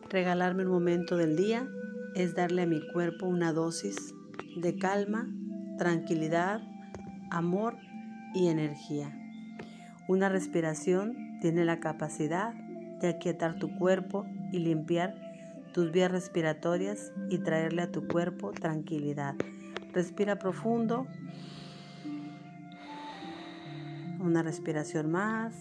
Regalarme un momento del día es darle a mi cuerpo una dosis de calma, tranquilidad, amor y energía. Una respiración tiene la capacidad de aquietar tu cuerpo y limpiar tus vías respiratorias y traerle a tu cuerpo tranquilidad. Respira profundo. Una respiración más.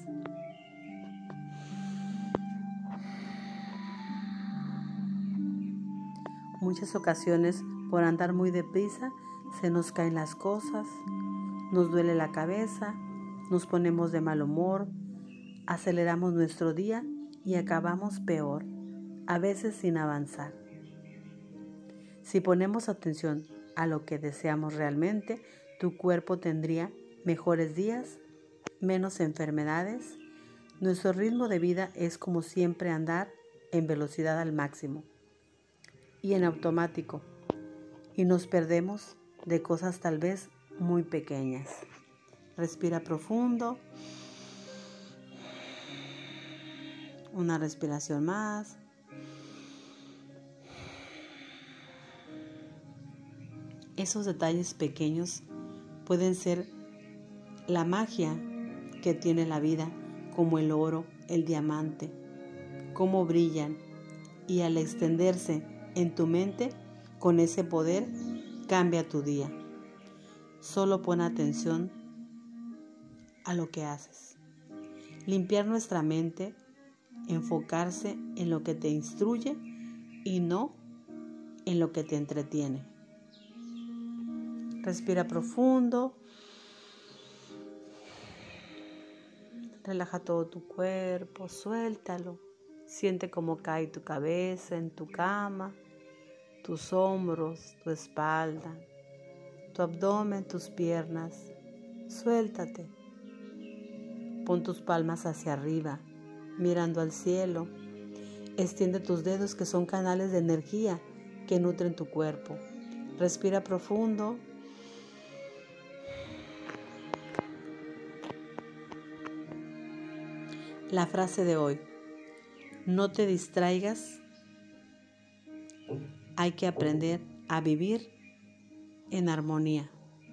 Muchas ocasiones, por andar muy deprisa, se nos caen las cosas, nos duele la cabeza, nos ponemos de mal humor, aceleramos nuestro día y acabamos peor, a veces sin avanzar. Si ponemos atención a lo que deseamos realmente, tu cuerpo tendría mejores días, menos enfermedades. Nuestro ritmo de vida es como siempre andar en velocidad al máximo y en automático, y nos perdemos de cosas tal vez muy pequeñas. Respira profundo. Una respiración más. Esos detalles pequeños pueden ser la magia que tiene la vida, como el oro, el diamante, cómo brillan, y al extenderse en tu mente, con ese poder cambia tu día. Solo pon atención a lo que haces. Limpiar nuestra mente, enfocarse en lo que te instruye y no en lo que te entretiene. Respira profundo. Relaja todo tu cuerpo, suéltalo. Siente cómo cae tu cabeza en tu cama, tus hombros, tu espalda, tu abdomen, tus piernas. Suéltate. Pon tus palmas hacia arriba, mirando al cielo. Extiende tus dedos, que son canales de energía que nutren tu cuerpo. Respira profundo. La frase de hoy: no te distraigas, hay que aprender a vivir en armonía.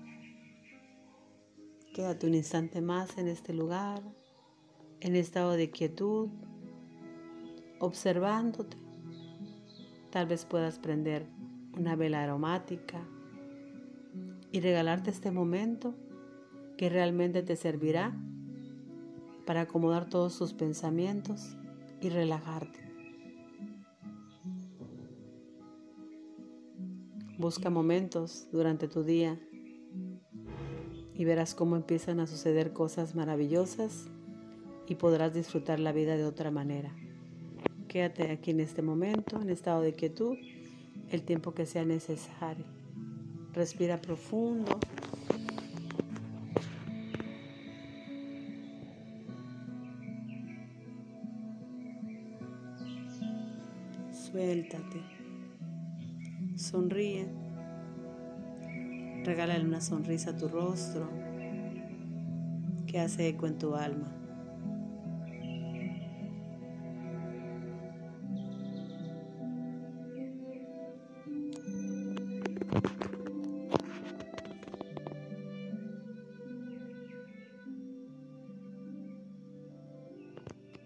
Quédate un instante más en este lugar, en estado de quietud, observándote. Tal vez puedas prender una vela aromática y regalarte este momento que realmente te servirá para acomodar todos tus pensamientos y relajarte. Busca momentos durante tu día y verás cómo empiezan a suceder cosas maravillosas y podrás disfrutar la vida de otra manera. Quédate aquí en este momento, en estado de quietud, el tiempo que sea necesario. Respira profundo. Suéltate. Sonríe. Regálale una sonrisa a tu rostro que hace eco en tu alma.